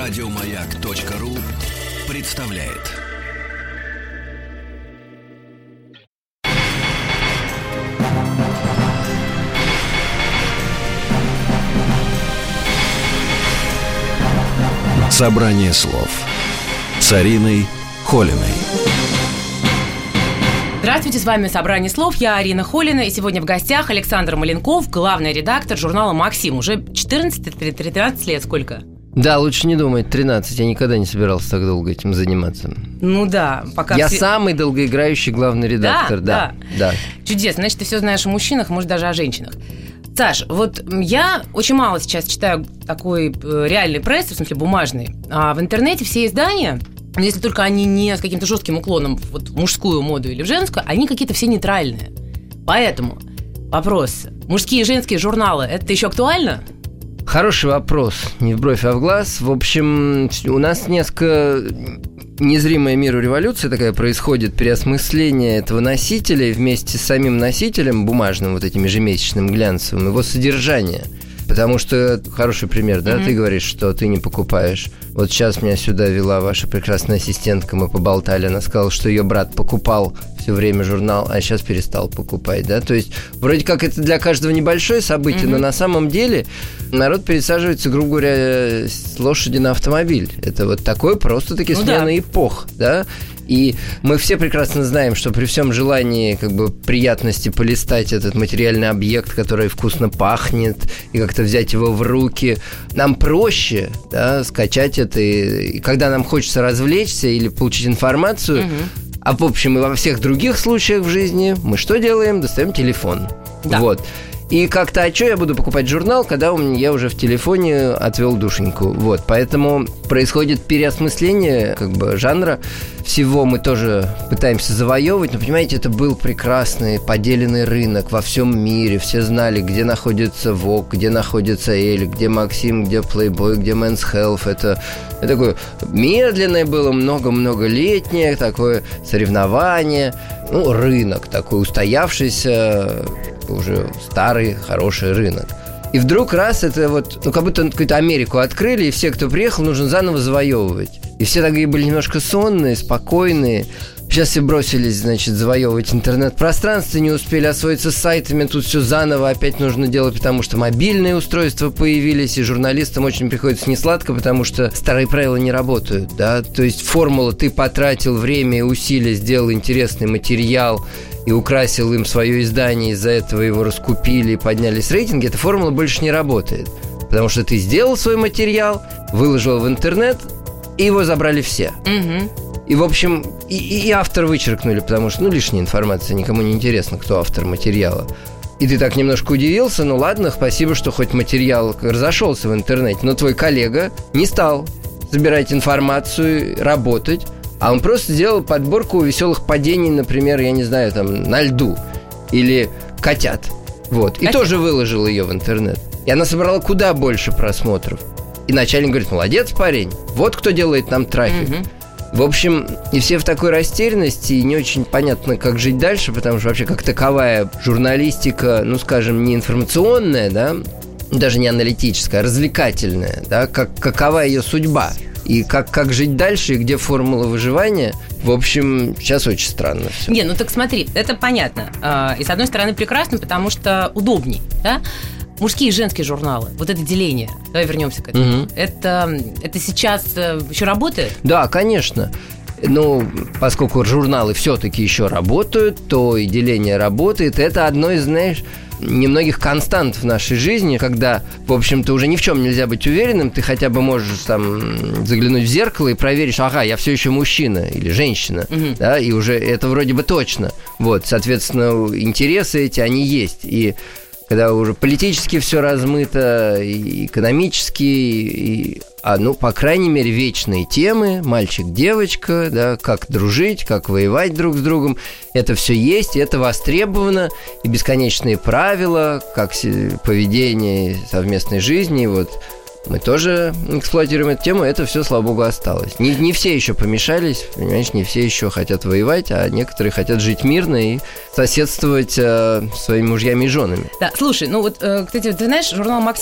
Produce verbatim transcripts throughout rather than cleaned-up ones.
Радиомаяк.ру представляет. Собрание слов с Ариной Холиной. Здравствуйте, с вами «Собрание слов», я Арина Холина, и сегодня в гостях Александр Маленков, главный редактор журнала «Максим». Уже четырнадцать-тринадцать лет, сколько? Да, лучше не думать, тринадцать, я никогда не собирался так долго этим заниматься. Ну да, пока... Я все... самый долгоиграющий главный редактор, да, да, да. Чудесно, значит, ты все знаешь о мужчинах, может, даже о женщинах. Саш, вот я очень мало сейчас читаю такой реальной прессы, в смысле бумажной, а в интернете все издания... Но если только они не с каким-то жестким уклоном вот, в мужскую моду или в женскую, они какие-то все нейтральные. Поэтому вопрос. Мужские и женские журналы, это еще актуально? Хороший вопрос. Не в бровь, а в глаз. В общем, у нас несколько... Незримая миру революция такая происходит, переосмысление этого носителя и вместе с самим носителем, бумажным, вот этим ежемесячным глянцевым, его содержание. Потому что, хороший пример, да, mm-hmm. ты говоришь, что ты не покупаешь. Вот сейчас меня сюда вела ваша прекрасная ассистентка, мы поболтали, она сказала, что ее брат покупал все время журнал, а сейчас перестал покупать, да. То есть, вроде как это для каждого небольшое событие, mm-hmm. но на самом деле народ пересаживается, грубо говоря, с лошади на автомобиль. Это вот такое просто-таки ну, смена да. эпох, да. И мы все прекрасно знаем, что при всем желании как бы приятности полистать этот материальный объект, который вкусно пахнет, и как-то взять его в руки, нам проще, да, скачать это. И, и когда нам хочется развлечься или получить информацию, угу. а в общем и во всех других случаях в жизни, мы что делаем? Достаем телефон. Да. Вот. И как-то, а что я буду покупать журнал, когда у меня я уже в телефоне отвел душеньку. Вот, поэтому происходит переосмысление как бы жанра. Всего мы тоже пытаемся завоевывать, но, понимаете, это был прекрасный поделенный рынок во всем мире. Все знали, где находится Vogue, где находится Elle, где Максим, где Playboy, где Men's Health. Это, это такое медленное было, много-многолетнее такое соревнование. Ну, рынок такой устоявшийся, уже старый, хороший рынок. И вдруг раз это вот, ну, как будто какую-то Америку открыли, и все, кто приехал, нужно заново завоевывать. И все такие были немножко сонные, спокойные. Сейчас все бросились, значит, завоевывать интернет-пространство, не успели освоиться с сайтами, тут все заново опять нужно делать, потому что мобильные устройства появились, и журналистам очень приходится несладко, потому что старые правила не работают, да, то есть формула «ты потратил время и усилия, сделал интересный материал», и украсил им свое издание, из-за этого его раскупили и поднялись рейтинги, эта формула больше не работает. Потому что ты сделал свой материал, выложил в интернет, и его забрали все. Угу. И, в общем, и, и автор вычеркнули, потому что, ну, лишняя информация, никому не интересно, кто автор материала. И ты так немножко удивился, ну ладно, спасибо, что хоть материал разошелся в интернете, но твой коллега не стал собирать информацию, работать, а он просто сделал подборку веселых падений, например, я не знаю, там, на льду. Или котят. Вот. И а тоже выложил ее в интернет. И она собрала куда больше просмотров. И начальник говорит: молодец, парень, вот кто делает нам трафик. Угу. В общем, и все в такой растерянности, и не очень понятно, как жить дальше, потому что вообще как таковая журналистика, ну, скажем, не информационная, да, даже не аналитическая, а развлекательная, да, как, какова ее судьба. И как, как жить дальше, и где формула выживания, в общем, сейчас очень странно все. Не, ну так смотри, это понятно. И с одной стороны прекрасно, потому что удобней, да? Мужские и женские журналы, вот это деление, давай вернемся к этому. Угу. Это, это сейчас еще работает? Да, конечно. Ну, поскольку журналы все-таки еще работают, то и деление работает. Это одно из, знаешь, немногих констант в нашей жизни, когда, в общем-то, уже ни в чем нельзя быть уверенным, ты хотя бы можешь там заглянуть в зеркало и проверишь, ага, я все еще мужчина или женщина, угу. да, и уже это вроде бы точно. Вот, соответственно, интересы эти, они есть. И когда уже политически все размыто, и экономически, и, а, ну, по крайней мере, вечные темы, мальчик-девочка, да, как дружить, как воевать друг с другом, это все есть, и это востребовано, и бесконечные правила, как поведение совместной жизни, вот. Мы тоже эксплуатируем эту тему, это все, слава богу, осталось. Не, не все еще помешались, понимаешь, не все еще хотят воевать, а некоторые хотят жить мирно и соседствовать э, своими мужьями и женами. Да, слушай, ну вот, э, кстати, ты знаешь, журнал «Максим»,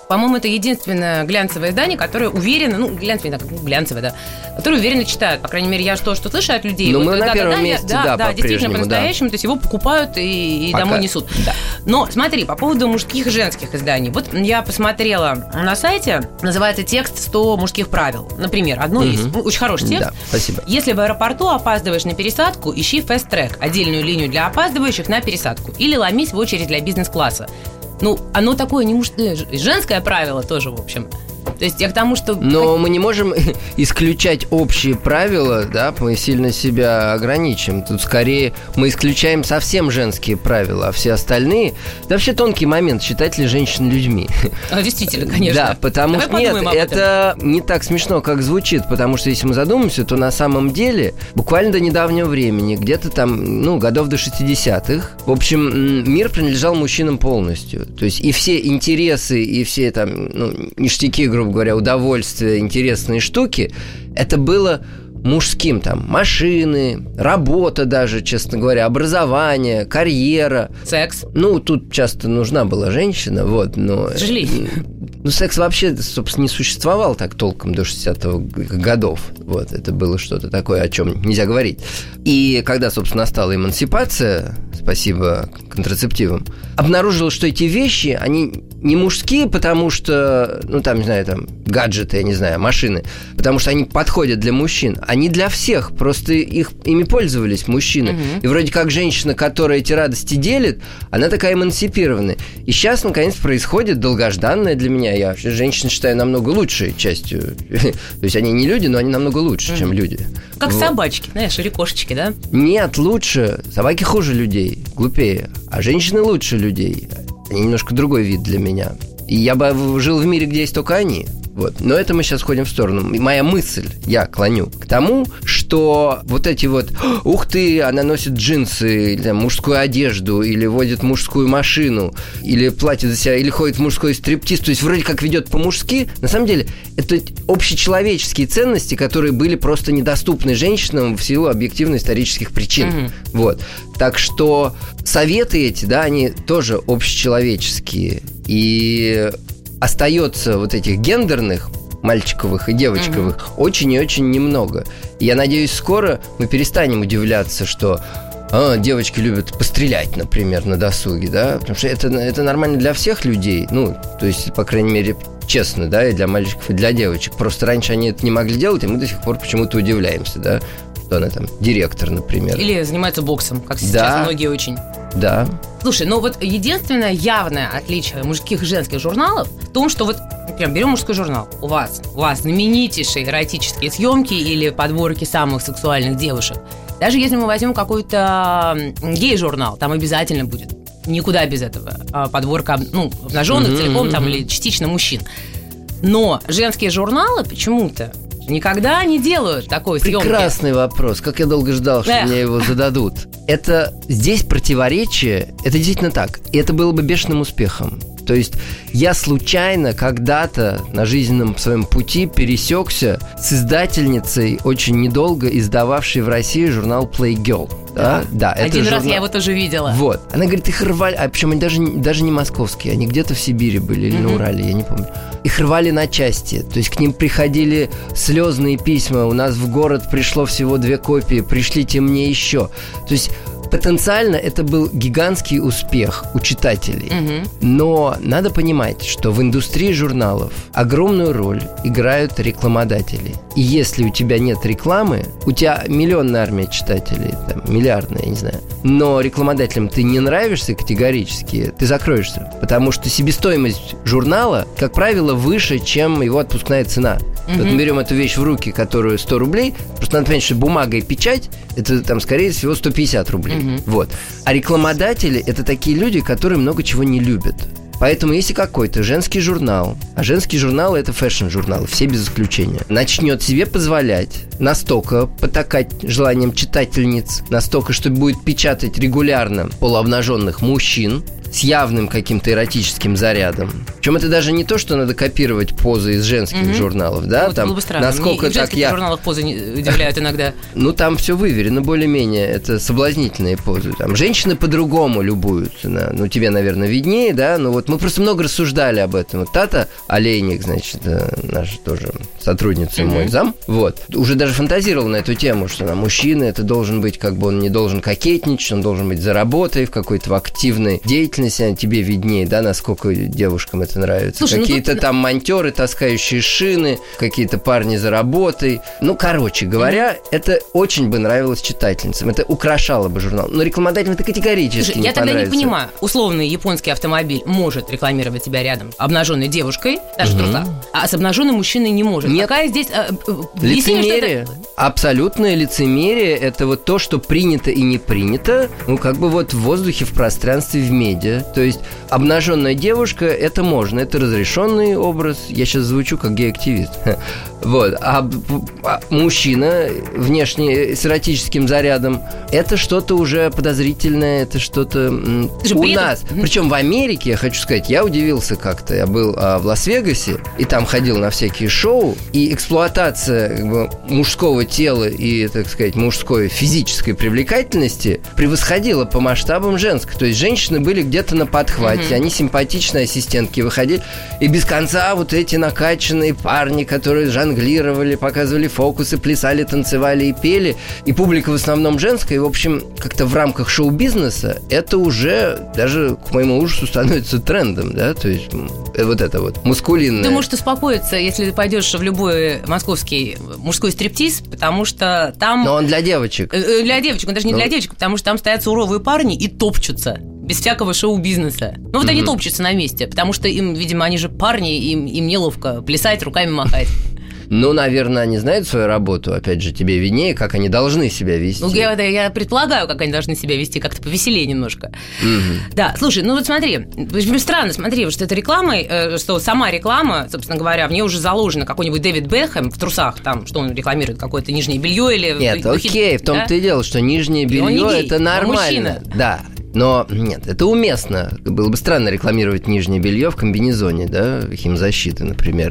По-моему, это единственное глянцевое издание, которое уверенно, ну, глянцевое, так, глянцевое, да, которое уверенно читают. По крайней мере, я то, что слышу от людей. Ну, вот, мы да, на первом да, месте, да, да, да, действительно, по-настоящему, да. то есть его покупают и, и домой несут. Да. Но смотри, по поводу мужских и женских изданий. Вот я посмотрела на сайте, называется «Текст сто мужских правил». Например, одно угу. из, ну, очень хороший текст. Да, спасибо. Если в аэропорту опаздываешь на пересадку, ищи Fast Track, отдельную линию для опаздывающих на пересадку. Или ломись в очередь для бизнес-класса. Ну, оно такое не мужское, женское правило тоже, в общем. То есть я к тому, что... Но мы не можем исключать общие правила, да, мы сильно себя ограничим. Тут скорее мы исключаем совсем женские правила, а все остальные... Да вообще тонкий момент, считать ли женщин людьми. А, действительно, конечно. Да, потому что... Нет, это не так смешно, как звучит, потому что если мы задумаемся, то на самом деле буквально до недавнего времени, где-то там, ну, годов до шестидесятых, в общем, мир принадлежал мужчинам полностью. То есть и все интересы, и все там, ну, ништяки, грубо говоря, удовольствия, интересные штуки, это было мужским, там, машины, работа даже, честно говоря, образование, карьера. Секс. Ну, тут часто нужна была женщина, вот, но... К сожалению. Ну, секс вообще, собственно, не существовал так толком до шестидесятых годов. Вот, это было что-то такое, о чем нельзя говорить. И когда, собственно, настала эмансипация, спасибо контрацептивам, обнаружилось, что эти вещи, они не мужские, потому что, ну, там, не знаю, там, гаджеты, я не знаю, машины, потому что они подходят для мужчин. Они для всех, просто их, ими пользовались мужчины. Mm-hmm. И вроде как женщина, которая эти радости делит, она такая эмансипированная. И сейчас, наконец, происходит долгожданное для меня. Я вообще женщин считаю намного лучшей частью. То есть они не люди, но они намного лучше, mm-hmm. чем люди. Как вот. Собачки, знаешь, или кошечки, да? Нет, лучше. Собаки хуже людей, глупее. А женщины лучше людей. Они немножко другой вид для меня. И я бы жил в мире, где есть только они. Вот. Но это мы сейчас ходим в сторону. И моя мысль, я клоню к тому, что вот эти вот ух ты, она носит джинсы, или там, мужскую одежду, или водит мужскую машину, или платит за себя, или ходит в мужской стриптиз, то есть вроде как ведет по-мужски. На самом деле это общечеловеческие ценности, которые были просто недоступны женщинам в силу объективно-исторических причин. Mm-hmm. Вот. Так что советы эти, да, они тоже общечеловеческие. И остается вот этих гендерных, мальчиковых и девочковых, mm-hmm. очень и очень немного. И я надеюсь, скоро мы перестанем удивляться, что а, девочки любят пострелять, например, на досуге, да, потому что это, это нормально для всех людей, ну, то есть, по крайней мере, честно, да, и для мальчиков, и для девочек. Просто раньше они это не могли делать, и мы до сих пор почему-то удивляемся, да, что она там директор, например. Или занимается боксом, как сейчас да. многие очень. Да. Слушай, ну вот единственное явное отличие мужских и женских журналов в том, что вот, прям берем мужской журнал, у вас, у вас знаменитейшие эротические съемки или подборки самых сексуальных девушек. Даже если мы возьмем какой-то гей-журнал, там обязательно будет, никуда без этого, подборка, ну, обнаженных mm-hmm, целиком там, mm-hmm. или частично мужчин. Но женские журналы почему-то никогда не делают такой съемки. Прекрасный вопрос. Как я долго ждал, что Эх. мне его зададут. Это здесь противоречие. Это действительно так. И это было бы бешеным успехом. То есть я случайно когда-то на жизненном своем пути пересекся с издательницей, очень недолго издававшей в России журнал Playgirl. Да, да, это один журнал... раз я его тоже видела. Вот. Она говорит, их рвали, а причем они даже, даже не московские, они где-то в Сибири были или mm-hmm. на Урале, я не помню. Их рвали на части, то есть к ним приходили слезные письма, у нас в город пришло всего две копии, пришлите мне еще. То есть потенциально это был гигантский успех у читателей. Mm-hmm. Но надо понимать, что в индустрии журналов огромную роль играют рекламодатели. И если у тебя нет рекламы, у тебя миллионная армия читателей, там, миллиардная, я не знаю, но рекламодателям ты не нравишься категорически, ты закроешься. Потому что себестоимость журнала, как правило, выше, чем его отпускная цена. Mm-hmm. Вот мы берем эту вещь в руки, которую сто рублей, просто надо понять, что бумага и печать, это там, скорее всего, сто пятьдесят рублей. Mm-hmm. Вот. А рекламодатели – это такие люди, которые много чего не любят. Поэтому если какой-то женский журнал, а женские журналы – это фэшн-журналы, все без исключения, начнет себе позволять настолько потакать желанием читательниц, настолько, что будет печатать регулярно полуобнаженных мужчин, с явным каким-то эротическим зарядом. Причем это даже не то, что надо копировать позы из женских mm-hmm. журналов, да? Ну, там, было бы странно. Насколько Мне в женских я... журналах позы удивляют иногда. Ну, там все выверено более-менее. Это соблазнительные позы. Там женщины по-другому любуются. На... Ну, тебе, наверное, виднее, да? Но вот мы просто много рассуждали об этом. Вот Тата Олейник, значит, наша тоже сотрудница, mm-hmm. мой зам, вот, уже даже фантазировал на эту тему, что на мужчина это должен быть, как бы он не должен кокетничать, он должен быть за работой, в какой-то в активной деятельности, а тебе виднее, да, насколько девушкам это нравится. Слушай, какие-то ну тут... там монтёры, таскающие шины, какие-то парни за работой. Ну, короче говоря, mm-hmm. это очень бы нравилось читательницам, это украшало бы журнал. Но рекламодателям это категорически Слушай, не я понравится. Я тогда не понимаю, условный японский автомобиль может рекламировать себя рядом обнаженной девушкой, даже mm-hmm. в трусах, а с обнаженным мужчиной не может. Нет. Какая здесь... Э, лицемерие. Это... Абсолютное лицемерие – это вот то, что принято и не принято, ну, как бы вот в воздухе, в пространстве, в медиа. То есть обнаженная девушка – это можно, это разрешенный образ. Я сейчас звучу как гей-активист. Вот. А, а мужчина внешне с эротическим зарядом – это что-то уже подозрительное, это что-то у нас. Этом... Причем в Америке, я хочу сказать, я удивился как-то. Я был а, в Лас-Вегасе, и там ходил на всякие шоу, и эксплуатация как бы, мужского тела и, так сказать, мужской физической привлекательности превосходила по масштабам женской. То есть женщины были где-то на подхвате, mm-hmm. они симпатичные ассистентки выходили, и без конца вот эти накачанные парни, которые жонглировали, показывали фокусы, плясали, танцевали и пели, и публика в основном женская, и, в общем, как-то в рамках шоу-бизнеса это уже даже, к моему ужасу, становится трендом, да, то есть вот это вот мускулинное. Ты можешь успокоиться, если ты пойдешь в любой московский мужской стриптиз, потому что там... Но он для девочек. Для девочек, он даже не Но... для девочек, потому что там стоят суровые парни и топчутся. Без всякого шоу-бизнеса. Ну вот mm-hmm. они топчутся на месте, потому что им, видимо, они же парни, им, им неловко плясать, руками махать. Ну, наверное, они знают свою работу. Опять же, тебе виднее, как они должны себя вести. Ну, я, я предполагаю, как они должны себя вести, как-то повеселее немножко. Mm-hmm. Да, слушай, ну вот смотри, странно, смотри, что это реклама, что сама реклама, собственно говоря, в ней уже заложено какой-нибудь Дэвид Бекхэм в трусах, там, что он рекламирует, какое-то нижнее белье или... Нет, окей, в том-то и дело, что нижнее белье это нормально. Да. Но нет, это уместно. Было бы странно рекламировать нижнее белье в комбинезоне, да, химзащиты, например.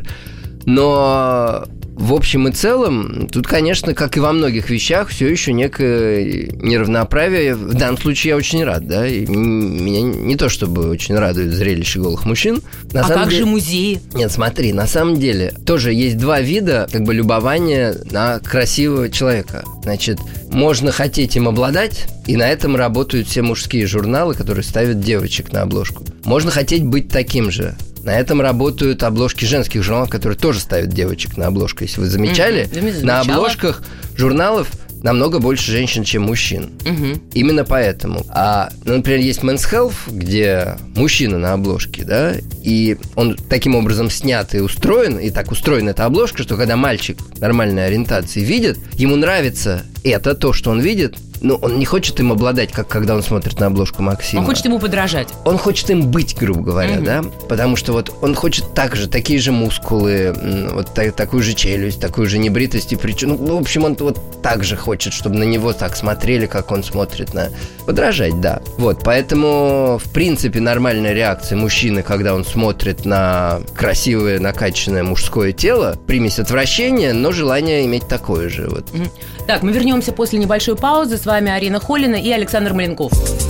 Но в общем и целом, тут, конечно, как и во многих вещах, все еще некое неравноправие. В данном случае я очень рад, да. И меня не то чтобы очень радует зрелище голых мужчин. На а как деле... же музеи? Нет, смотри, на самом деле тоже есть два вида как бы любования на красивого человека. Значит, можно хотеть им обладать, и на этом работают все мужские журналы, которые ставят девочек на обложку. Можно хотеть быть таким же. На этом работают обложки женских журналов, которые тоже ставят девочек на обложку. Если вы замечали, mm-hmm. на обложках журналов намного больше женщин, чем мужчин. Mm-hmm. Именно поэтому. А, ну, например, есть Men's Health, где мужчина на обложке, да, и он таким образом снят и устроен, и так устроена эта обложка, что когда мальчик нормальной ориентации видит, ему нравится это, то, что он видит. Ну, он не хочет им обладать, как когда он смотрит на обложку Максима. Он хочет ему подражать. Он хочет им быть, грубо говоря, mm-hmm. да? Потому что вот он хочет так же, такие же мускулы, вот та- такую же челюсть, такую же небритость и прическу. Ну, в общем, он вот так же хочет, чтобы на него так смотрели, как он смотрит на... Подражать, да. Вот, поэтому, в принципе, нормальная реакция мужчины, когда он смотрит на красивое, накачанное мужское тело, примесь отвращения, но желание иметь такое же. Вот. Mm-hmm. Так, мы вернемся после небольшой паузы. С вами Арина Холина и Александр Маленков.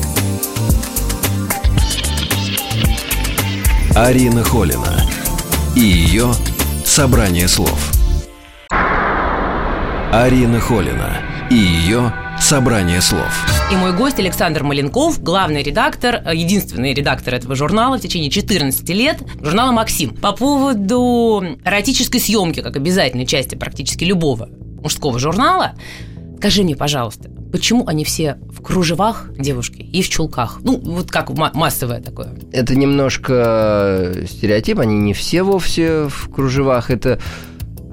Арина Холина и ее собрание слов. Арина Холина и ее собрание слов. И мой гость Александр Маленков, главный редактор, единственный редактор этого журнала в течение четырнадцати лет, журнала «Максим». По поводу эротической съемки, как обязательной части практически любого мужского журнала, скажи мне, пожалуйста, почему они все в кружевах, девушки, и в чулках? Ну, вот как массовое такое. Это немножко стереотип, они не все вовсе в кружевах, это...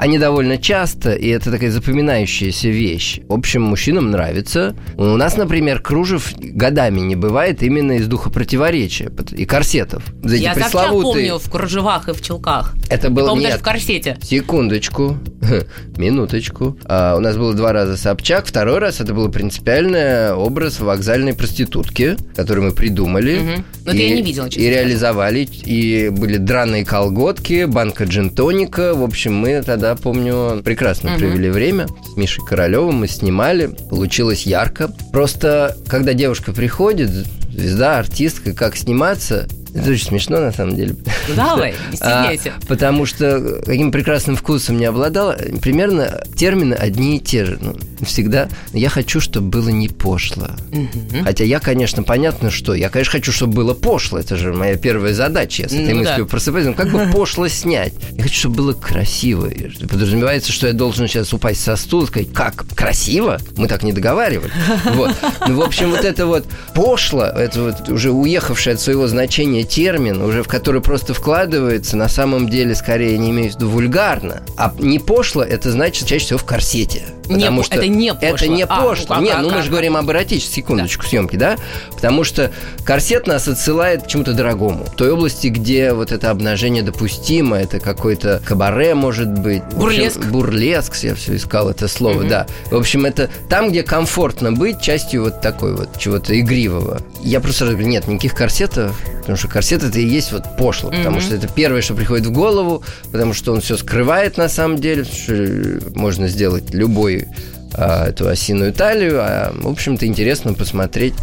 они довольно часто, и это такая запоминающаяся вещь. В общем, мужчинам нравится. У нас, например, кружев годами не бывает именно из духа противоречия и корсетов. Эти Я пресловутые... Собчак помню в кружевах и в чулках. Это было... По-моему, Нет, даже в корсете. Секундочку, минуточку. А, у нас было два раза Собчак, второй раз это был принципиальный образ вокзальной проститутки, который мы придумали. Угу. Но это я не видела, честно. И реализовали. И были драные колготки, банка джин-тоника. В общем, мы тогда, помню, прекрасно угу. провели время. С Мишей Королевым мы снимали. Получилось ярко. Просто, когда девушка приходит, звезда, артистка, как сниматься... Это очень смешно, на самом деле. Давай, не стесняйся. А, потому что каким прекрасным вкусом не обладала, примерно термины одни и те же. Ну, всегда я хочу, чтобы было не пошло. Угу. Хотя я, конечно, понятно, что. Я, конечно, хочу, чтобы было пошло. Это же моя первая задача. Я с этой ну, мыслью да. просыпаюсь. Ну, как бы пошло снять? Я хочу, чтобы было красиво. Подразумевается, что я должен сейчас упасть со стула и сказать, как? Красиво? Мы так не договаривались. Вот. Ну, в общем, вот это вот пошло, это вот уже уехавшее от своего значения термин, уже в который просто вкладывается, на самом деле, скорее, не имею в виду вульгарно. А не пошло, это значит чаще всего в корсете. Потому не, что это не пошло. Это не пошло. А, ну, Нет, а, ну а, мы же а, говорим об эротической, секундочку, да. съемки, да? Потому что корсет нас отсылает к чему-то дорогому. В той области, где вот это обнажение допустимо, это какой-то кабаре, может быть. Бурлеск. Общем, бурлеск, я все искал это слово, угу. да. В общем, это там, где комфортно быть частью вот такой вот чего-то игривого. Я просто говорю, нет, никаких корсетов, потому что корсет это и есть вот пошло, угу. потому что это первое, что приходит в голову, потому что он все скрывает на самом деле, что можно сделать любой а, эту осиную талию, а, в общем-то, интересно посмотреть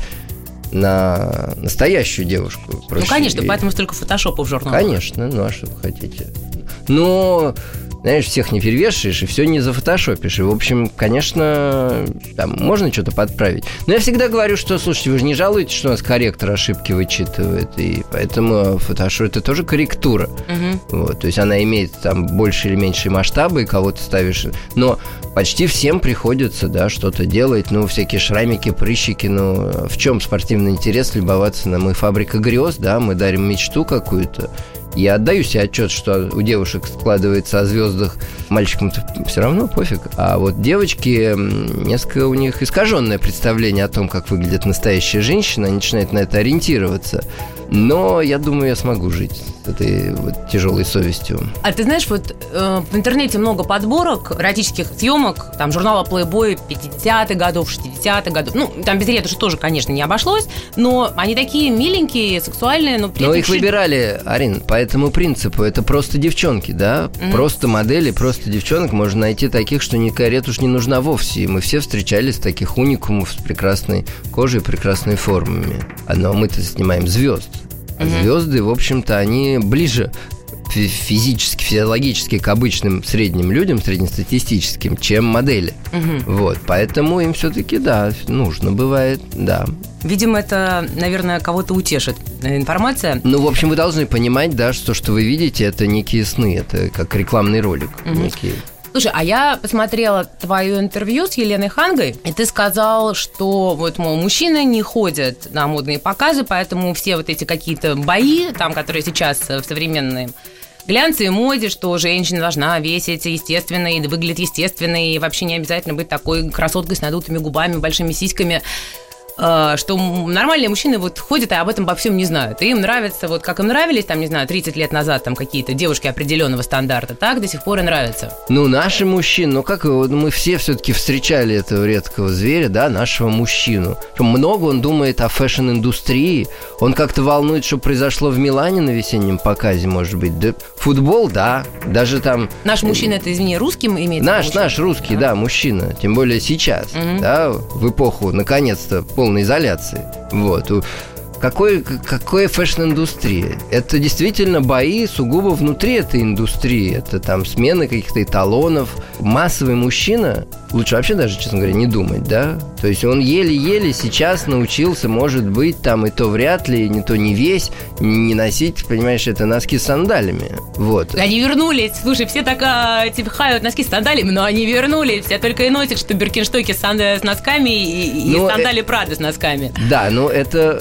на настоящую девушку. Ну, конечно, и... поэтому столько фотошопов в журналах. Конечно, ну а что вы хотите? Но... Знаешь, всех не перевешаешь, и все не зафотошопишь. И, в общем, конечно, там можно что-то подправить. Но я всегда говорю, что, слушайте, вы же не жалуетесь, что у нас корректор ошибки вычитывает. И поэтому фотошоп – это тоже корректура. Угу. Вот, то есть она имеет там больше или меньшие масштабы, и кого-то ставишь. Но почти всем приходится, да, что-то делать. Ну, всякие шрамики, прыщики. Ну, в чем спортивный интерес любоваться на «Мы фабрика грез», да, мы дарим мечту какую-то. Я отдаю себе отчет, что у девушек складывается о звездах, мальчикам-то все равно пофиг. А вот девочки, несколько у них искаженное представление о том, как выглядит настоящая женщина, они начинают на это ориентироваться. Но я думаю, я смогу жить с этой вот тяжелой совестью. А ты знаешь, вот э, в интернете много подборок эротических съемок, там журнала Playboy пятидесятых годов, шестидесятых годов. Ну, там без ретуши тоже, конечно, не обошлось, но они такие миленькие, сексуальные, но при Но этом... их выбирали, Арин, по этому принципу. Это просто девчонки, да? Mm-hmm. Просто модели, просто девчонок. Можно найти таких, что никакая ретушь не нужна вовсе. И мы все встречались с таких уникумов с прекрасной кожей, прекрасными формами. Но мы-то снимаем звезд. А mm-hmm. звезды, в общем-то, они ближе физически, физиологически к обычным средним людям, среднестатистическим, чем модели. Угу. Вот, поэтому им все-таки, да, нужно бывает, да. Видимо, это, наверное, кого-то утешит информация. Ну, в общем, вы должны понимать, да, что, что вы видите, это некие сны, это как рекламный ролик. Угу. Некие... Слушай, а я посмотрела твое интервью с Еленой Хангой, и ты сказал, что вот, мол, мужчины не ходят на модные показы, поэтому все вот эти какие-то бои, там, которые сейчас в современной глянце и моде, что женщина должна весить естественно и выглядеть естественно, и вообще не обязательно быть такой красоткой с надутыми губами, большими сиськами, что нормальные мужчины вот ходят и об этом обо всем не знают. И им нравится, вот как им нравились, там, не знаю, тридцать лет назад там какие-то девушки определенного стандарта, так до сих пор и нравятся. Ну, наши мужчины, ну как его, мы все все-таки встречали этого редкого зверя, да, нашего мужчину. Много он думает о фэшн-индустрии, он как-то волнует, что произошло в Милане на весеннем показе, может быть. Да, футбол, да, даже там... Наш мужчина, это, извини, русским имеется? Наш, наш русский, а? Да, мужчина, тем более сейчас, угу. да, в эпоху, наконец-то, полной изоляции. Вот. Какой, какой фэшн-индустрия? Это действительно бои сугубо внутри этой индустрии. Это там смены каких-то эталонов. Массовый мужчина, лучше вообще даже, честно говоря, не думать, да? То есть он еле-еле сейчас научился, может быть, там и то вряд ли, не то не весь, не носить, понимаешь, это носки с сандалями. Вот. Они вернулись. Слушай, все так а, типа хают носки с сандалями, но они вернулись. Все только и носят, что биркинштоки с, с носками и, и ну, сандали э... Прада с носками. Да, но это, это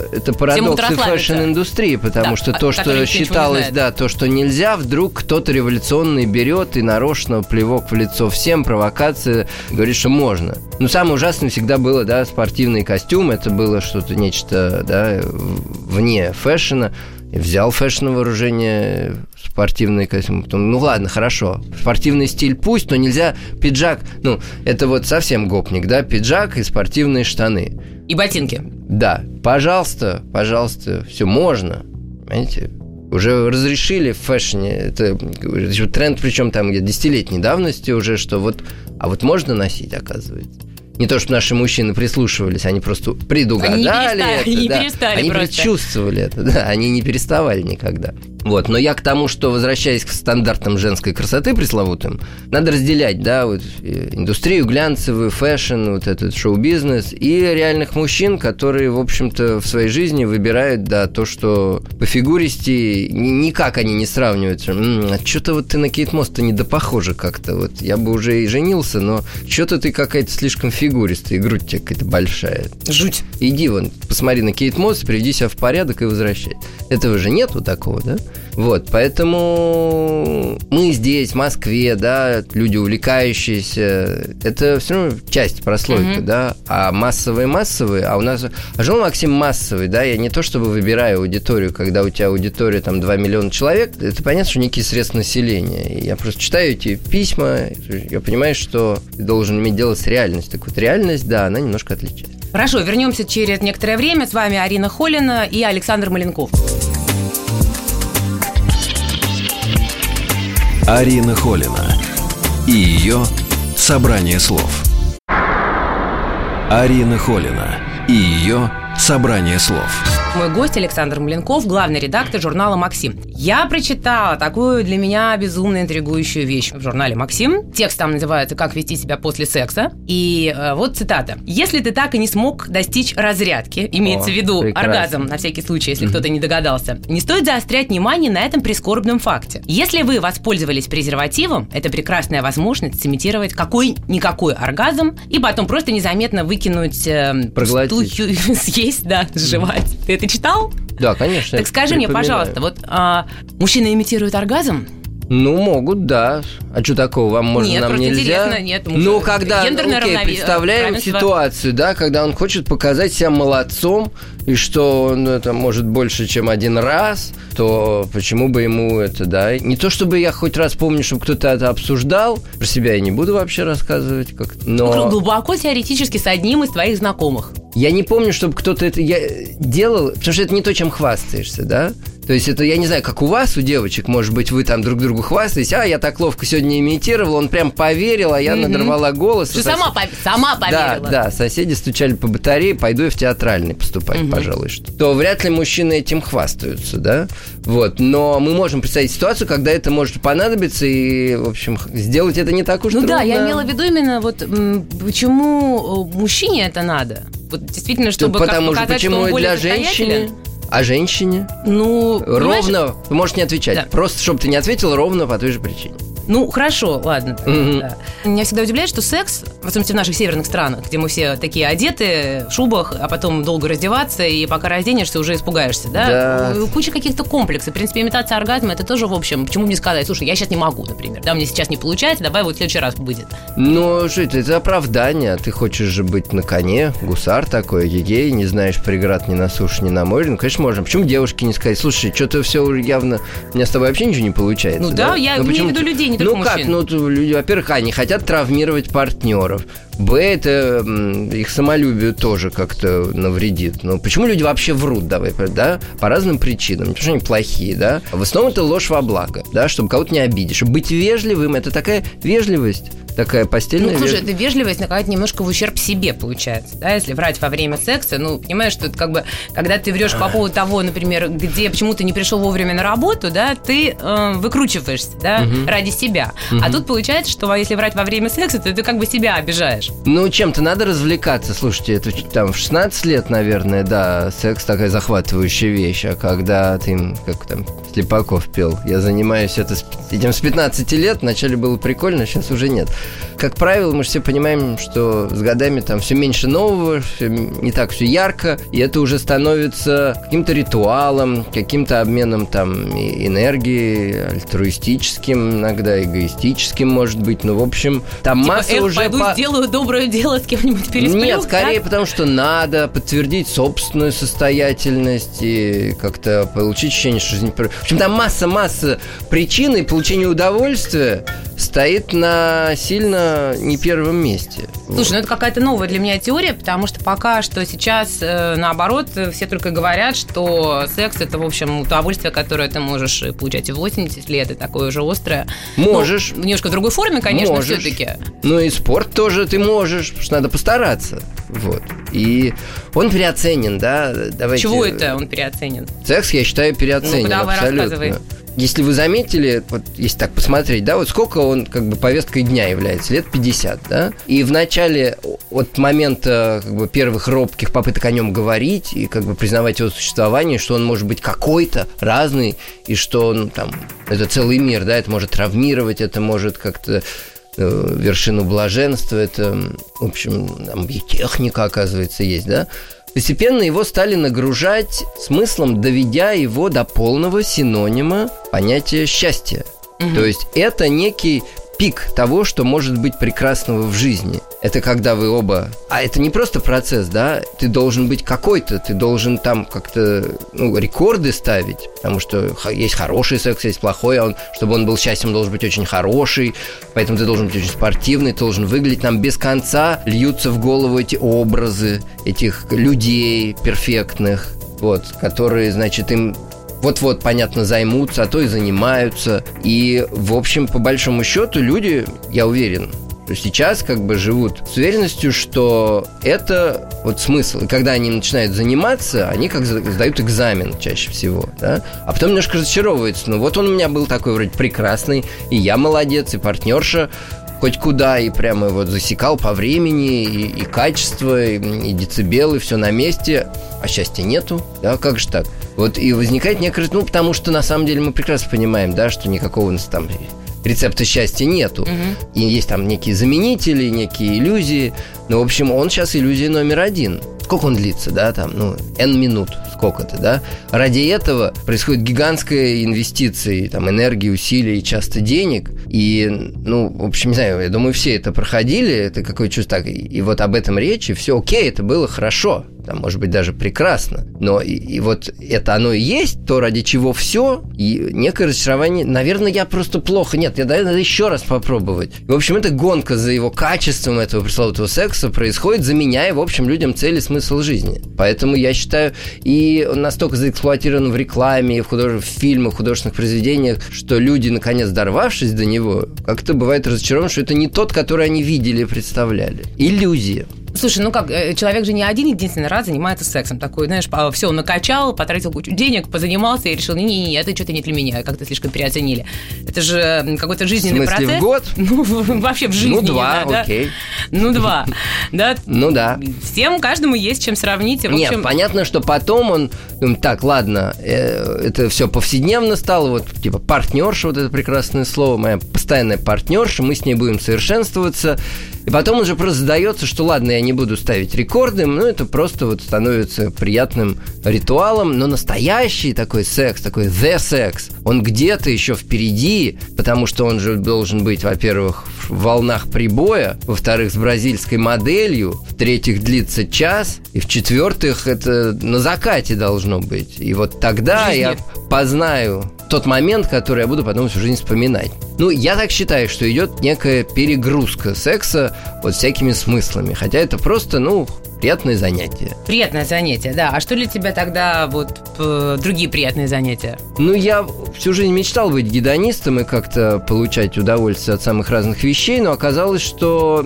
парадоксы фэшн-индустрии, потому что то, что считалось, да, то, что нельзя, вдруг кто-то революционный берет и нарочно плевок в лицо всем, провокация, говорит, что можно. Но самое ужасное всегда было, да, спортивный костюм, это было что-то, нечто, да, вне фэшна. Взял фэшн вооружение, спортивный костюм. Потом, ну ладно, хорошо. Спортивный стиль пусть, но нельзя пиджак. Ну, это вот совсем гопник, да? Пиджак и спортивные штаны. И ботинки. Да. Пожалуйста, пожалуйста, все можно. Понимаете? Уже разрешили в фэшне. Это тренд, причем там где-то десятилетней давности уже, что вот... А вот можно носить, оказывается. Не то, что наши мужчины прислушивались, они просто предугадали они это. Они да. перестали Они просто. предчувствовали это, да, они не переставали никогда. Вот, но я к тому, что, возвращаясь к стандартам женской красоты пресловутым, надо разделять, да, вот индустрию глянцевую, фэшн, вот этот шоу-бизнес и реальных мужчин, которые, в общем-то, в своей жизни выбирают, да, то, что по фигуристи никак они не сравниваются. М-м, а что-то вот ты на Кейт Мосс-то не допохожа как-то, вот я бы уже и женился, но что-то ты какая-то слишком фигуристая, и грудь у тебя какая-то большая. Жуть. Иди вон, посмотри на Кейт Мосс, приведи себя в порядок и возвращай. Этого же нету такого, да? Вот, поэтому мы здесь, в Москве, да, люди увлекающиеся, это все равно часть прослойки, mm-hmm. да, а массовые-массовые, а у нас, а Жон Максим массовый, да, я не то чтобы выбираю аудиторию, когда у тебя аудитория там два миллиона человек, это понятно, что некий срез населения, я просто читаю эти письма, я понимаю, что ты должен иметь дело с реальностью, так вот реальность, да, она немножко отличается. Хорошо, вернемся через некоторое время, с вами Арина Холина и Александр Маленков. Арина Холина и ее собрание слов. Арина Холина и ее собрание слов. Мой гость Александр Маленков, главный редактор журнала «Максим». Я прочитала такую для меня безумно интригующую вещь в журнале «Максим». Текст там называется «Как вести себя после секса». И э, вот цитата. «Если ты так и не смог достичь разрядки, имеется О, в виду прекрасно. оргазм, на всякий случай, если mm-hmm. кто-то не догадался, не стоит заострять внимание на этом прискорбном факте. Если вы воспользовались презервативом, это прекрасная возможность сымитировать какой-никакой оргазм и потом просто незаметно выкинуть э, стухи, съесть, да, сживать». Ты это читал? Да, конечно. Так скажи мне, пожалуйста, вот а, мужчины имитируют оргазм? Ну, могут, да. А что такого? Вам можно, нет, нам нельзя? Нет, просто интересно, нет. Ну, когда, гендерное окей, равновесие, представляем равенство. ситуацию, да, когда он хочет показать себя молодцом, и что он это может больше, чем один раз, то почему бы ему это, да? Не то, чтобы я хоть раз помню, чтобы кто-то это обсуждал, про себя я не буду вообще рассказывать, как, но... Ну, глубоко теоретически с одним из твоих знакомых. Я не помню, чтобы кто-то это я делал, потому что это не то, чем хвастаешься, да? То есть это, я не знаю, как у вас, у девочек, может быть, вы там друг другу хвастаетесь, а я так ловко сегодня имитировал, он прям поверил, а я mm-hmm. надорвала голос. Что сама, сос... сама поверила. Да, да, соседи стучали по батарее, пойду я в театральный поступать, mm-hmm. пожалуй, что. То вряд ли мужчины этим хвастаются, да? Вот, но мы можем представить ситуацию, когда это может понадобиться, и, в общем, сделать это не так уж ну трудно. Ну да, я имела в виду именно вот почему мужчине это надо? Вот действительно, чтобы Потому как показать, что почему что он более для женщины... А женщине? Ну, ровно, ты можешь не отвечать. Да. Просто, чтобы ты не ответил ровно по той же причине. Ну, хорошо, ладно. Mm-hmm. Да. Меня всегда удивляет, что секс, в особенности в наших северных странах, где мы все такие одеты в шубах, а потом долго раздеваться, и пока разденешься, уже испугаешься, да? Да. Куча каких-то комплексов. В принципе, имитация оргазма, это тоже, в общем, почему мне сказать, слушай, я сейчас не могу, например, да, мне сейчас не получается, давай вот в следующий раз будет. Ну, что это, это оправдание. Ты хочешь же быть на коне, гусар такой, егей, не знаешь преград ни на суше, ни на море. Ну, конечно, можно. Почему девушке не сказать, слушай, что-то все явно, у меня с тобой вообще ничего не получается. Ну да, да? я ну, имею в виду людей, не только ну, мужчин. Ну как, ну, люди, во-первых, они хотят травмировать партнеров. Б, это м, их самолюбию тоже как-то навредит. Ну, почему люди вообще врут, давай, да? По разным причинам. Не потому что они плохие, да? В основном это ложь во благо, да? Чтобы кого-то не обидеть. Чтобы быть вежливым, это такая вежливость. Такая постельная. Ну, слушай, вежливость. это вежливость какая-то немножко в ущерб себе получается, да, если врать во время секса, ну, понимаешь, что это как бы, когда ты врешь по поводу того, например, где почему ты не пришел вовремя на работу, да, ты э, выкручиваешься, да, угу. ради себя. Угу. А тут получается, что если врать во время секса, то ты как бы себя обижаешь. делаешь? Ну, чем-то надо развлекаться. Слушайте, это там в шестнадцать лет, наверное, да, секс такая захватывающая вещь. А когда ты, как там, Слепаков пел, я занимаюсь это, этим с пятнадцати лет, вначале было прикольно, сейчас уже нет. Как правило, мы же все понимаем, что с годами там все меньше нового, все не так все ярко, и это уже становится каким-то ритуалом, каким-то обменом там энергии, альтруистическим, иногда эгоистическим, может быть. Ну, в общем, там типа, масса эх, уже... пойду по... сделаю доброе дело, с кем-нибудь пересплю. Нет, скорее да? потому, что надо подтвердить собственную состоятельность и как-то получить ощущение, что жизнь... В общем, там масса-масса причин, и получение удовольствия стоит на сильно не первом месте. Слушай, вот. ну это какая-то новая для меня теория, потому что пока что сейчас, э, наоборот, все только говорят, что секс – это, в общем, удовольствие, которое ты можешь получать и в восемьдесят лет, и такое уже острое. Можешь. Ну, немножко в другой форме, конечно, можешь. все-таки. Ну и спорт тоже ты можешь, потому что надо постараться. Вот. И он переоценен, да? Давайте... Чего это он переоценен? Секс, я считаю, переоценен. Ну-ка, давай, абсолютно. рассказывай. Если вы заметили, вот если так посмотреть, да, вот сколько он как бы повесткой дня является, лет пятьдесят, да, и в начале от момента как бы первых робких попыток о нем говорить и как бы признавать его существование, что он может быть какой-то разный, и что он там, это целый мир, да, это может травмировать, это может как-то э, вершину блаженства, это, в общем, там и техника, оказывается, есть, да. Постепенно его стали нагружать смыслом, доведя его до полного синонима понятия счастья. Угу. То есть это некий пик того, что может быть прекрасного в жизни. Это когда вы оба... А это не просто процесс, да? Ты должен быть какой-то, ты должен там как-то ну, рекорды ставить, потому что есть хороший секс, есть плохой, а он, чтобы он был счастьем, должен быть очень хороший, поэтому ты должен быть очень спортивный, ты должен выглядеть. Нам без конца льются в голову эти образы этих людей перфектных, вот, которые, значит, им... вот-вот, понятно, займутся, а то и занимаются. И, в общем, по большому счету, люди, я уверен, что сейчас как бы живут с уверенностью, что это вот смысл. И когда они начинают заниматься, они как сдают экзамен чаще всего, да? А потом немножко разочаровываются. Ну вот он у меня был такой вроде прекрасный, и я молодец, и партнерша хоть куда, и прямо вот засекал по времени, и, и качество, и, и децибелы, все на месте, а счастья нету, да, как же так? Вот и возникает некоторое, ну, потому что на самом деле мы прекрасно понимаем, да, что никакого у нас там рецепта счастья нету, угу. И есть там некие заменители, некие иллюзии, но, в общем, он сейчас иллюзия номер один. Сколько он длится, да, там, ну, N минут, сколько-то, да? Ради этого происходит гигантская инвестиция, там, энергии, усилий и часто денег. И, ну, в общем, не знаю, я думаю, все это проходили, это какое-то чувство, так, и, и вот об этом речь, и все окей, это было хорошо, там, может быть, даже прекрасно. Но и, и вот это оно и есть, то, ради чего все, и некое разочарование. Наверное, я просто плохо. Нет, я надо еще раз попробовать. В общем, эта гонка за его качеством этого пресловутого секса происходит, заменяя, в общем, людям цель и смысл жизни. Поэтому я считаю, и он настолько заэксплуатирован в рекламе, в, худож... в фильмах, в художественных произведениях, что люди, наконец, дорвавшись до него, как-то бывает разочарованы, что это не тот, который они видели и представляли. Иллюзия. Слушай, ну как, человек же не один единственный раз занимается сексом. Такой, знаешь, все, накачал, потратил кучу денег, позанимался и решил, не-не-не, это что-то не для меня, как-то слишком переоценили. Это же какой-то жизненный процесс. В смысле, процесс. В год? Ну, вообще в жизни. Ну, два, да, окей. Ну, два. Да? Ну, да. Всем, каждому есть чем сравнить. В Нет, общем... понятно, что потом он, так, ладно, э, это все повседневно стало, вот, типа, партнерша, вот это прекрасное слово, моя постоянная партнерша, мы с ней будем совершенствоваться. И потом он же просто сдается, что ладно, я не буду ставить рекорды, но это просто вот становится приятным ритуалом, но настоящий такой секс, такой the секс, он где-то еще впереди, потому что он же должен быть, во-первых, в волнах прибоя, во-вторых, с бразильской моделью, в-третьих, длится час, и в-четвертых, это на закате должно быть. И вот тогда я познаю тот момент, который я буду потом всю жизнь вспоминать. Ну, я так считаю, что идет некая перегрузка секса вот всякими смыслами. Хотя это просто, ну, приятное занятие. Приятное занятие, да. А что для тебя тогда вот другие приятные занятия? Ну, я всю жизнь мечтал быть гедонистом и как-то получать удовольствие от самых разных вещей, но оказалось, что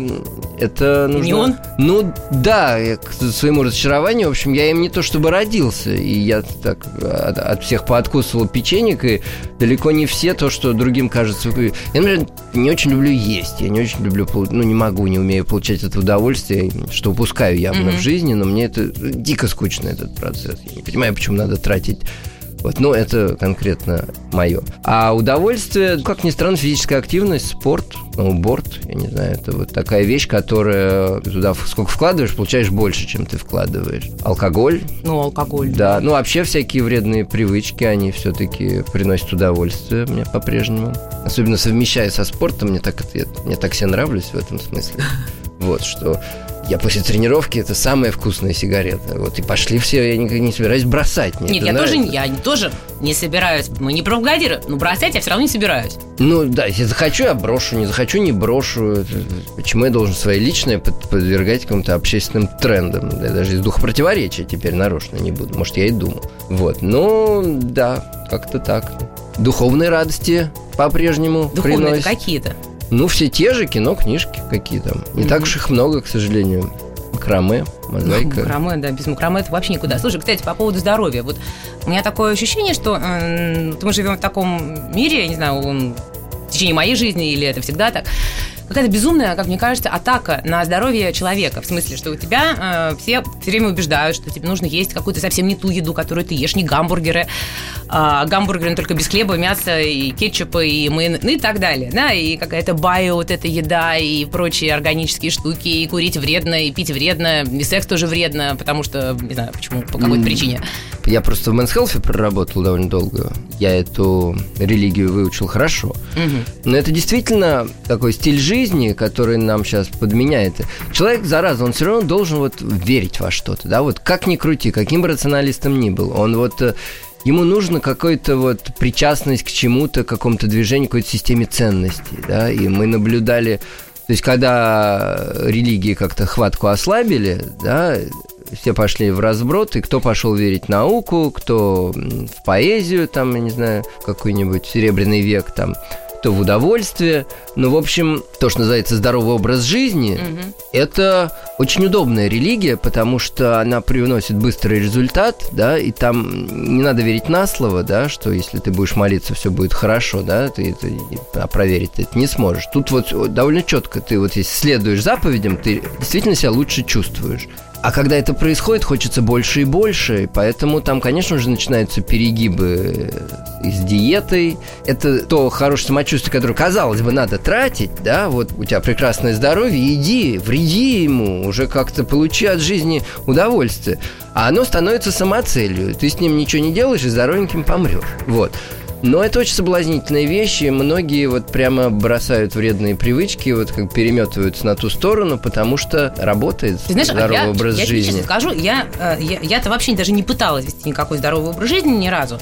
это нужно... Не он? Ну, да, я, к своему разочарованию, в общем, я им не то чтобы родился, и я так от, от всех пооткусывал печенек, и далеко не все то, что другим кажется... Я, например, не очень люблю есть, я не очень люблю, ну, не могу, не умею получать это удовольствие, что упускаю явно mm-hmm. в жизни, но мне это дико скучно, этот процесс. Я не понимаю, почему надо тратить... Вот, ну, это конкретно мое. А удовольствие, как ни странно, физическая активность, спорт, сноуборд, я не знаю, это вот такая вещь, которая туда сколько вкладываешь, получаешь больше, чем ты вкладываешь. Алкоголь. Ну, алкоголь. Да, ну, вообще всякие вредные привычки, они все-таки приносят удовольствие мне по-прежнему. Особенно совмещая со спортом, мне так, я, мне так все нравлюсь в этом смысле. Вот, что... Я после тренировки, это самая вкусная сигарета. Вот, и пошли все, я никак не собираюсь бросать. Мне Нет, я тоже, я тоже не собираюсь. Мы не пропагандируем, но бросать я все равно не собираюсь. Ну да, если захочу, я брошу, не захочу, не брошу. Почему я должен свои личные подвергать каким-то общественным трендам? Я даже из духа противоречия теперь нарочно не буду. Может, я и думал. Вот, ну да, как-то так. Духовные радости по-прежнему Духовные приносят. какие-то? Ну, все те же, кино, книжки какие-то. Не mm-hmm. так уж их много, к сожалению. Макраме, мозаика. Макраме, да, без макраме это вообще никуда. Слушай, кстати, по поводу здоровья. Вот у меня такое ощущение, что э, мы живем в таком мире, я не знаю, он в течение моей жизни или это всегда так, какая-то безумная, как мне кажется, атака на здоровье человека. В смысле, что у тебя э, все все время убеждают, что тебе нужно есть какую-то совсем не ту еду, которую ты ешь, не гамбургеры. А гамбургеры только без хлеба, мяса и кетчупа, и майонеза, ну и так далее. Да, и какая-то байо, вот эта еда, и прочие органические штуки, и курить вредно, и пить вредно, и секс тоже вредно, потому что, не знаю, почему, по какой-то причине. Я просто в Men's Health проработал довольно долго. Я эту религию выучил хорошо. Угу. Но это действительно такой стиль жизни, который нам сейчас подменяет. Человек, зараза, он все равно должен вот верить во что-то. Да? Вот как ни крути, каким бы рационалистом ни был, он вот... Ему нужно какая-то вот причастность к чему-то, к какому-то движению, какой-то системе ценностей. Да? И мы наблюдали... То есть, когда религии как-то хватку ослабили, да, все пошли в разброд, и кто пошел верить в науку, кто в поэзию, там, я не знаю, какой-нибудь серебряный век, там, кто в удовольствие. Ну, в общем, то, что называется здоровый образ жизни, угу. это очень удобная религия, потому что она приносит быстрый результат, да, и там не надо верить на слово, да, что если ты будешь молиться, все будет хорошо, да, ты это, а проверить ты это не сможешь. Тут вот довольно четко, ты вот если следуешь заповедям, ты действительно себя лучше чувствуешь. А когда это происходит, хочется больше и больше, поэтому там, конечно же, начинаются перегибы и с диетой. Это то хорошее самочувствие, которое, казалось бы, надо тратить, да, вот у тебя прекрасное здоровье, иди, вреди ему, уже как-то получи от жизни удовольствие. А оно становится самоцелью, ты с ним ничего не делаешь и здоровеньким помрешь, вот. Но это очень соблазнительные вещи, многие вот прямо бросают вредные привычки, вот как переметываются на ту сторону, потому что работает Ты знаешь, здоровый я, образ я жизни. Я тебе честно скажу, я, я, я-то вообще даже не пыталась вести никакой здоровый образ жизни ни разу.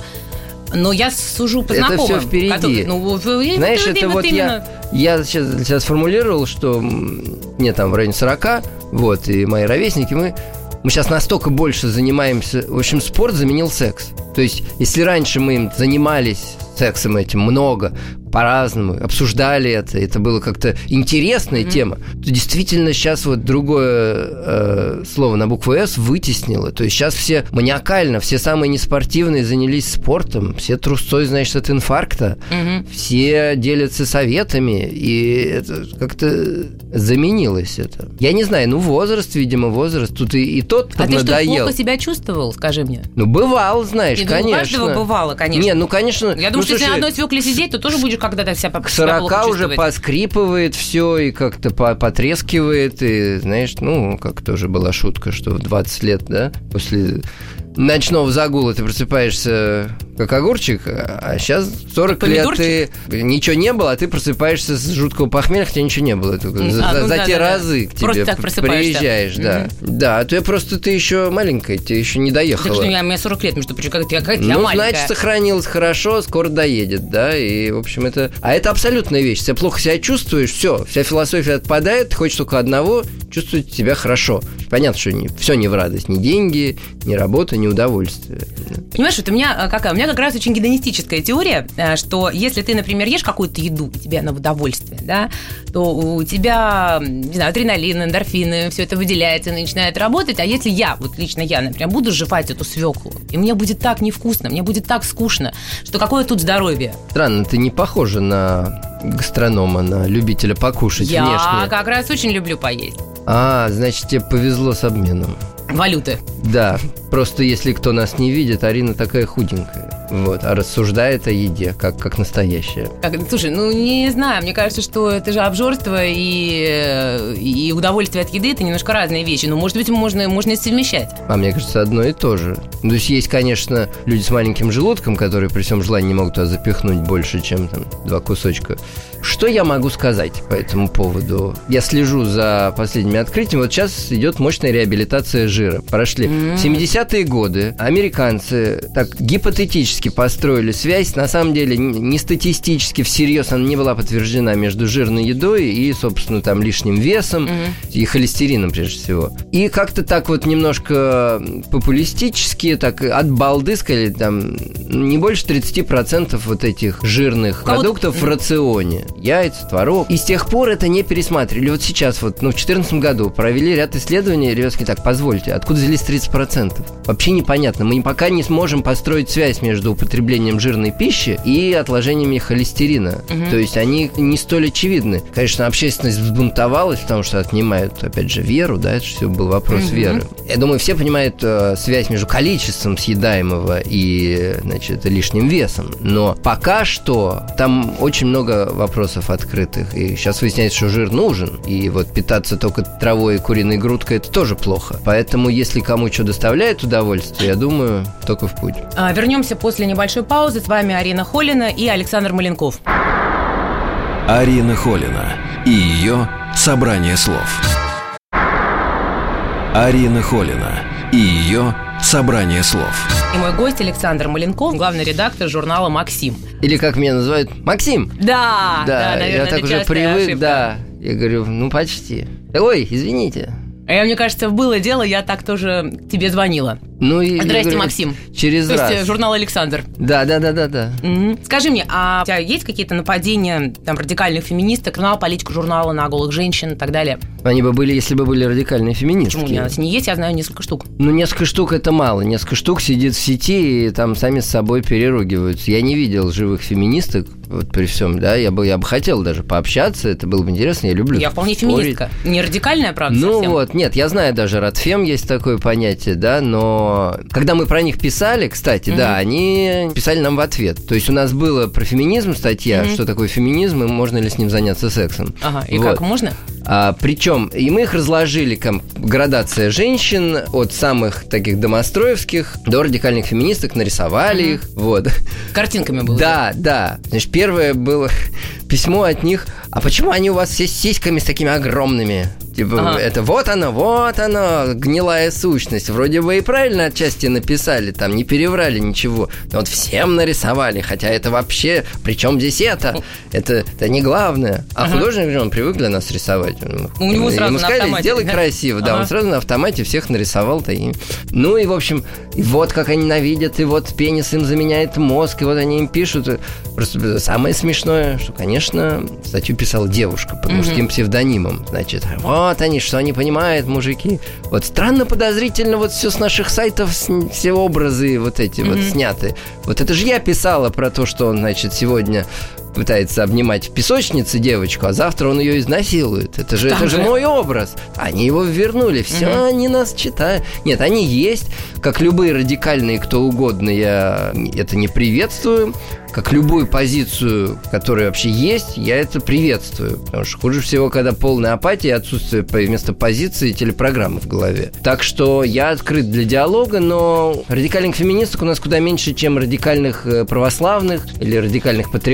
Но я сужу по знакомым. Это все впереди. Которые, ну, Знаешь, это, это вот я, я сейчас, сейчас сформулировал, что мне там в районе сорока, вот, и мои ровесники, мы... Мы сейчас настолько больше занимаемся... В общем, спорт заменил секс. То есть, если раньше мы им занимались сексом этим много, по-разному, обсуждали это, это было как-то интересная mm-hmm. тема, то действительно сейчас вот другое э, слово на букву «С» вытеснило. То есть сейчас все маниакально, все самые неспортивные занялись спортом, все трусцой, значит, от инфаркта, mm-hmm. все делятся советами, и это как-то заменилось это. Я не знаю, ну возраст, видимо, возраст, тут и, и тот поднадоел. А ты что, плохо себя чувствовал, скажи мне? Ну, бывал, знаешь, Нет, конечно. Ну, у каждого бывало, конечно. Не, ну, конечно. Я думаю, ну, что слушай, если на одной свекле сидеть, то тоже будешь когда-то вся к сорока уже поскрипывает все и как-то потрескивает, и, знаешь, ну, как тоже была шутка, что в двадцать лет, да, после ночного загула ты просыпаешься как огурчик, а сейчас сорок лет ты ничего не было, а ты просыпаешься с жуткого похмелья, хотя ничего не было. Только а, за ну, за да, те да, разы да. к тебе приезжаешь, да. Mm-hmm. Да, а ты просто ты еще маленькая, ты еще не доехала. Так что я, мне сорок лет, между прочим, как я, как я ну, маленькая. Значит, сохранилась хорошо, скоро доедет, да, и, в общем, это... А это абсолютная вещь. Если плохо себя чувствуешь, все, вся философия отпадает, ты хочешь только одного, чувствовать себя хорошо. Понятно, что не, все не в радость, ни деньги, ни работа, ни удовольствие. Понимаешь, вот у меня какая? У меня как раз очень гедонистическая теория, что если ты, например, ешь какую-то еду, и тебе она в удовольствие, да, то у тебя, не знаю, адреналин, эндорфины, все это выделяется, начинает работать. А если я, вот лично я, например, буду жевать эту свеклу, и мне будет так невкусно, мне будет так скучно, что какое тут здоровье? Странно, ты не похожа на гастронома, на любителя покушать я внешне. Я как раз очень люблю поесть. А, значит, тебе повезло с обменом. Валюты. Да, просто если кто нас не видит, Арина такая худенькая. Вот, а рассуждает о еде, как, как настоящая. Как, слушай, ну не знаю, мне кажется, что это же обжорство и, и удовольствие от еды – это немножко разные вещи. Но, может быть, можно, можно и совмещать. А мне кажется, одно и то же. То есть есть, конечно, люди с маленьким желудком, которые при всем желании не могут туда запихнуть больше, чем там, два кусочка. Что я могу сказать по этому поводу? Я слежу за последними открытиями. Вот сейчас идет мощная реабилитация жира. Прошли mm-hmm. семидесятые годы. Американцы так гипотетически построили связь. На самом деле не статистически, всерьез она не была подтверждена между жирной едой и, собственно, там лишним весом mm-hmm. и холестерином, прежде всего. И как-то так вот немножко популистически, так от балды сказали, там не больше тридцать процентов вот этих жирных продуктов mm-hmm. в рационе. Яйца, творог. И с тех пор это не пересматривали. Вот сейчас вот, ну, в две тысячи четырнадцатом году провели ряд исследований, ребята сказали, так, позвольте, откуда взялись тридцать процентов? Вообще непонятно. Мы пока не сможем построить связь между употреблением жирной пищи и отложениями холестерина. Угу. То есть они не столь очевидны. Конечно, общественность взбунтовалась, потому что отнимают, опять же, веру, да, это все был вопрос угу. веры. Я думаю, все понимают э, связь между количеством съедаемого и, значит, лишним весом. Но пока что там очень много вопросов открытых. И сейчас выясняется, что жир нужен. И вот питаться только травой и куриной грудкой – это тоже плохо. Поэтому, если кому что доставляет удовольствие, я думаю, только в путь. А, вернемся после небольшой паузы. С вами Арина Холина и Александр Маленков. Арина Холина и ее «Собрание слов». Арина Холина и ее «Собрание слов». И мой гость Александр Маленков, главный редактор журнала «Максим». Или, как меня называют, Максим. Да, да, да, наверное, я так уже привык, ошибка. Да. Я говорю, ну, почти. Ой, извините. А мне кажется, было дело, я так тоже тебе звонила. Ну и Здрасте, говорю, Максим. Через То раз. есть журнал «Александр». Да, да, да, да, да. Угу. Скажи мне, а у тебя есть какие-то нападения там радикальных феминисток, журнал «Политика» журнала на голых женщин и так далее? Они бы были, если бы были радикальные феминистки. Почему? У нас не есть, я знаю несколько штук. Ну, несколько штук это мало. Несколько штук сидит в сети и там сами с собой переругиваются. Я не видел живых феминисток, вот при всем, да. Я бы, я бы хотел даже пообщаться, это было бы интересно, я люблю Я вполне спорить. Феминистка. Не радикальная, правда, Ну совсем. вот, нет, я знаю, даже радфем есть такое понятие, да, но когда мы про них писали, кстати, mm-hmm. да, они писали нам в ответ. То есть у нас было про феминизм статья, mm-hmm. что такое феминизм и можно ли с ним заняться сексом. Ага, и вот. как, можно? А, причем, и мы их разложили, как градация женщин, от самых таких домостроевских до радикальных феминисток, нарисовали mm-hmm. их, вот. Картинками было? Да, да. Значит, первое было письмо от них, а почему они у вас все с сиськами с такими огромными? Типа, ага. это вот оно, вот оно, гнилая сущность. Вроде бы и правильно отчасти написали, там не переврали ничего. Но вот всем нарисовали, хотя это вообще, причем здесь это? Это, это не главное. А ага. художник же, он привык для нас рисовать. У него сразу Ему на сказали, автомате. сделай да? красиво. Да, ага. он сразу на автомате всех нарисовал. Таким. Ну и, в общем, и вот как они ненавидят, и вот пенис им заменяет мозг, и вот они им пишут. Просто самое смешное, что, конечно, статью писала девушка под мужским угу. псевдонимом. Значит, вот они, что они понимают, мужики. Вот странно, подозрительно, вот все с наших сайтов, все образы вот эти mm-hmm. вот сняты. Вот это же я писала про то, что он, значит, сегодня пытается обнимать в песочнице девочку, а завтра он ее изнасилует. Это же, это же мой образ. Они его вернули. Все, mm-hmm. они нас читают. Нет, они есть. Как любые радикальные, кто угодно, я это не приветствую. Как любую позицию, которая вообще есть, я это приветствую. Потому что хуже всего, когда полная апатия и отсутствие вместо позиции телепрограммы в голове. Так что я открыт для диалога, но радикальных феминисток у нас куда меньше, чем радикальных православных или радикальных патриотов.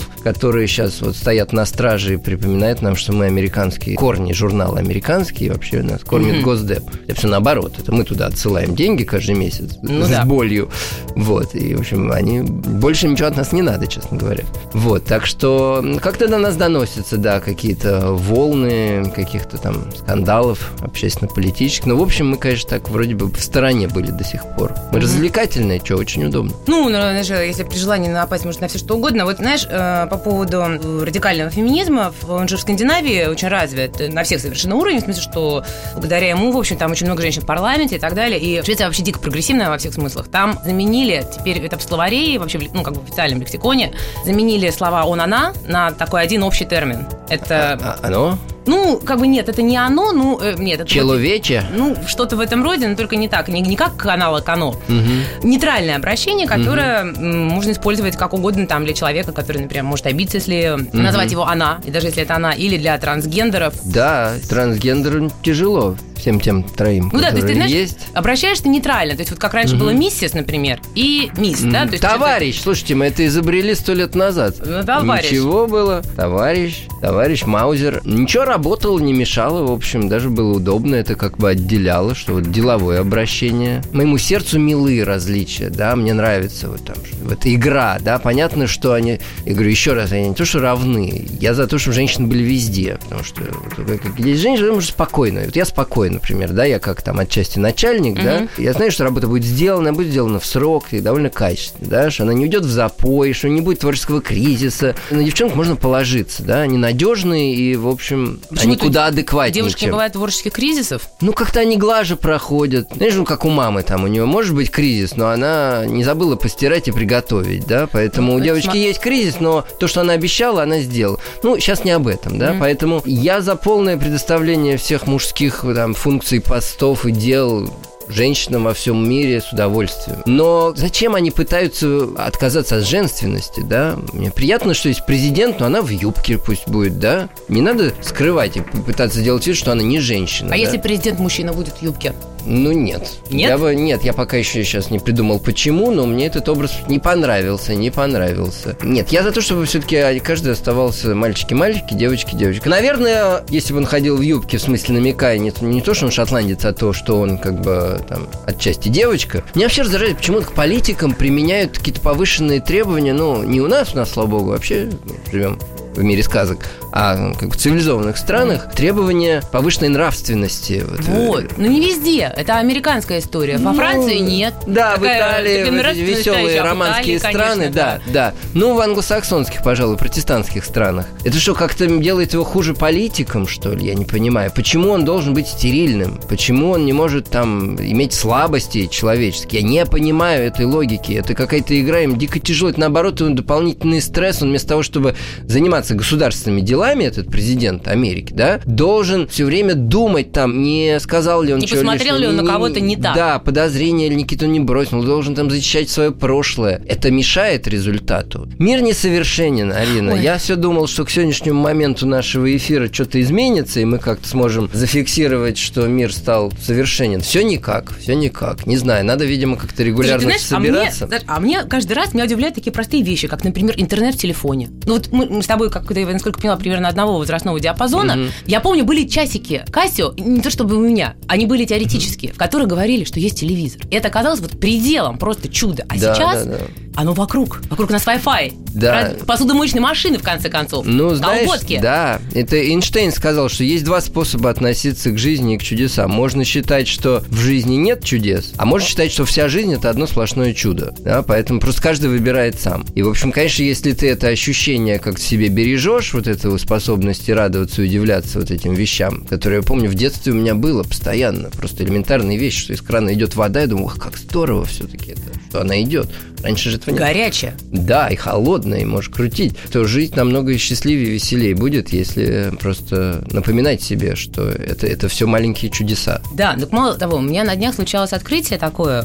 которые сейчас вот стоят на страже и припоминают нам, что мы американские корни, журнал американский, и вообще нас кормит mm-hmm. Госдеп. Это все наоборот. Это мы туда отсылаем деньги каждый месяц ну, с да. болью. Вот. И, в общем, они... Больше ничего от нас не надо, честно говоря. Вот. Так что как-то до нас доносятся, да, какие-то волны каких-то там скандалов общественно-политических. Но, в общем, мы, конечно, так вроде бы в стороне были до сих пор. Мы mm-hmm. развлекательные, что, очень удобно. Ну, знаешь, если при желании напасть, может, на все что угодно. Вот, знаешь, по поводу радикального феминизма, он же в Скандинавии очень развит на всех совершенно уровнях, в смысле, что благодаря ему, в общем, там очень много женщин в парламенте и так далее. И Швеция вообще дико прогрессивная во всех смыслах. Там заменили, теперь это в словаре, вообще, ну, как бы в официальном лексиконе, заменили слова «он-она» на такой один общий термин. Это... А, оно? Ну, как бы нет, это не оно, ну, э, нет. Это Человече? Вот, ну, что-то в этом роде, но только не так, не, не как аналог оно. Угу. Нейтральное обращение, которое угу. м, можно использовать как угодно там для человека, который, например, может обидеться, если угу. назвать его она, и даже если это она, или для трансгендеров. Да, трансгендеру тяжело. Всем тем троим, ну, да, то есть, ты, знаешь, есть. Обращаешься нейтрально. То есть, вот как раньше угу. было миссис, например, и мисс, угу. да? То есть, товарищ, это... слушайте, мы это изобрели сто лет назад. Ну, товарищ. Ничего было. Товарищ, товарищ Маузер. Ничего работало, не мешало, в общем, даже было удобно. Это как бы отделяло, что вот деловое обращение. Моему сердцу милые различия, да, мне нравится вот там, вот игра, да, понятно, что они, я говорю еще раз, они не то, что равны, я за то, чтобы женщины были везде, потому что вот, как есть женщина, может спокойно, вот я спокойно, например, да, я как там отчасти начальник, mm-hmm. да, я знаю, что работа будет сделана, будет сделана в срок и довольно качественно, да, что она не уйдет в запой, что не будет творческого кризиса. На девчонок можно положиться, да, они надежные и, в общем, почему они куда адекватнее. Девушки чем... не бывает творческих кризисов? Ну, как-то они глаже проходят. Знаешь, ну, как у мамы там, у нее может быть кризис, но она не забыла постирать и приготовить, да, поэтому ну, у девочки см... есть кризис, но то, что она обещала, она сделала. Ну, сейчас не об этом, да, mm-hmm. поэтому я за полное предоставление всех мужских там функций, постов и дел женщинам во всем мире с удовольствием. Но зачем они пытаются отказаться от женственности, да? Мне приятно, что есть президент, но она в юбке пусть будет, да? Не надо скрывать и пытаться сделать вид, что она не женщина. А да? Если президент-мужчина будет в юбке? Ну, нет. Нет? Я бы, нет, я пока еще сейчас не придумал, почему, но мне этот образ не понравился, не понравился. Нет, я за то, чтобы все-таки каждый оставался мальчики-мальчики, девочки-девочки. Наверное, если бы он ходил в юбке, в смысле намекая, не, не то, что он шотландец, а то, что он как бы там отчасти девочка. Меня вообще раздражает, почему к политикам применяют какие-то повышенные требования, ну, не у нас, у нас, слава богу, вообще живем в мире сказок, а как в цивилизованных странах требования повышенной нравственности. Вот, вот. Ну не везде. Это американская история. Во ну, Франции нет. Да, такая, в Италии вот эти веселые романские Италии, страны, конечно, да, да, да. Ну, в англосаксонских, пожалуй, протестантских странах. Это что, как-то делает его хуже политиком, что ли? Я не понимаю. Почему он должен быть стерильным? Почему он не может там иметь слабости человеческие? Я не понимаю этой логики. Это какая-то игра, им дико тяжело. Это, наоборот, он дополнительный стресс. Он вместо того, чтобы заниматься государственными делами, этот президент Америки, да, должен все время думать там, не сказал ли он не чего посмотрел лишнего, ли он не, на кого-то не так. Да, подозрения или Никиту не бросил, он должен там защищать свое прошлое. Это мешает результату. Мир несовершенен, Арина. Ой. Я все думал, что к сегодняшнему моменту нашего эфира что-то изменится, и мы как-то сможем зафиксировать, что мир стал совершенен. Все никак, все никак. Не знаю, надо, видимо, как-то регулярно Слушай, знаешь, собираться. А мне, а мне каждый раз меня удивляют такие простые вещи, как, например, интернет в телефоне. Ну вот мы, мы с тобой, как ты, насколько поняла, примерно одного возрастного диапазона. Mm-hmm. Я помню, были часики Casio, не то чтобы у меня, они были теоретические, mm-hmm. в которых говорили, что есть телевизор. И это оказалось вот пределом, просто чудо. А да, сейчас да, да. оно вокруг, вокруг нас Wi-Fi. Да. Посудомоечные машины, в конце концов. Ну, знаешь, да. Это Эйнштейн сказал, что есть два способа относиться к жизни и к чудесам. Можно считать, что в жизни нет чудес, а можно считать, что вся жизнь – это одно сплошное чудо. Да? Поэтому просто каждый выбирает сам. И, в общем, конечно, если ты это ощущение как-то себе бережешь, вот этого способности радоваться и удивляться вот этим вещам, которые, я помню, в детстве у меня было постоянно. Просто элементарные вещи, что из крана идет вода, я думаю, ох, как здорово все-таки это, что она идет. Раньше же этого не было. Горячая. Да, и холодная, и можешь крутить. То жить намного счастливее и веселее будет, если просто напоминать себе, что это, это все маленькие чудеса. Да, так мало того, у меня на днях случалось открытие такое.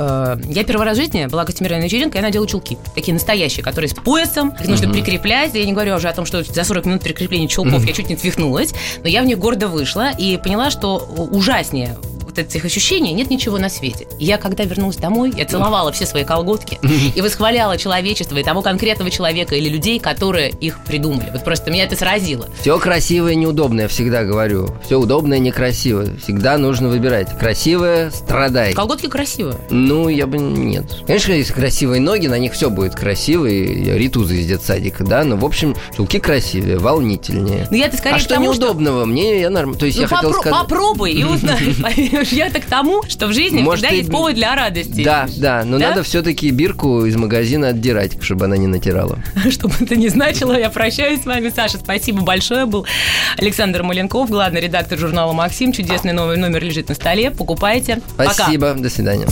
Я первый раз в жизни была костюмированная вечеринка, я надела чулки. Такие настоящие, которые с поясом. Их нужно mm-hmm. прикреплять. Я не говорю уже о том, что за сорок минут прикрепления чулков mm-hmm. я чуть не свихнулась. Но я в них гордо вышла и поняла, что ужаснее вот этих ощущений нет ничего на свете. И я, когда вернулась домой, я целовала все свои колготки и восхваляла человечество и того конкретного человека или людей, которые их придумали. Вот просто меня это сразило. Все красивое, неудобное, я всегда говорю. Все удобное, некрасивое. Всегда нужно выбирать. Красивое, страдай. Колготки красивые. Ну, я бы нет. Конечно, если красивые ноги, на них все будет красиво. И Ритуза из детсадика, да. Но, в общем, чулки красивее, волнительнее. Ну, я-то скорее а к что тому, неудобного? Что... Мне я норм... То есть ну, я хотел попро- сказать... Попробуй и узнай. Я-то к тому, что в жизни Может, всегда и... есть повод для радости. Да, да. Но да? надо все-таки бирку из магазина отдирать, чтобы она не натирала. Что бы это ни значило, я прощаюсь с вами. Саша, спасибо большое. Был Александр Маленков, главный редактор журнала «Максим». Чудесный новый номер лежит на столе. Покупайте. Спасибо. Пока. До свидания.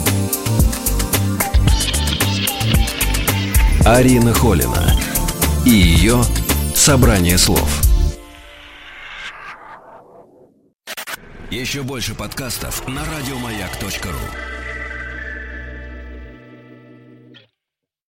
Арина Холина и ее собрание слов. Еще больше подкастов на радиомаяк точка ру.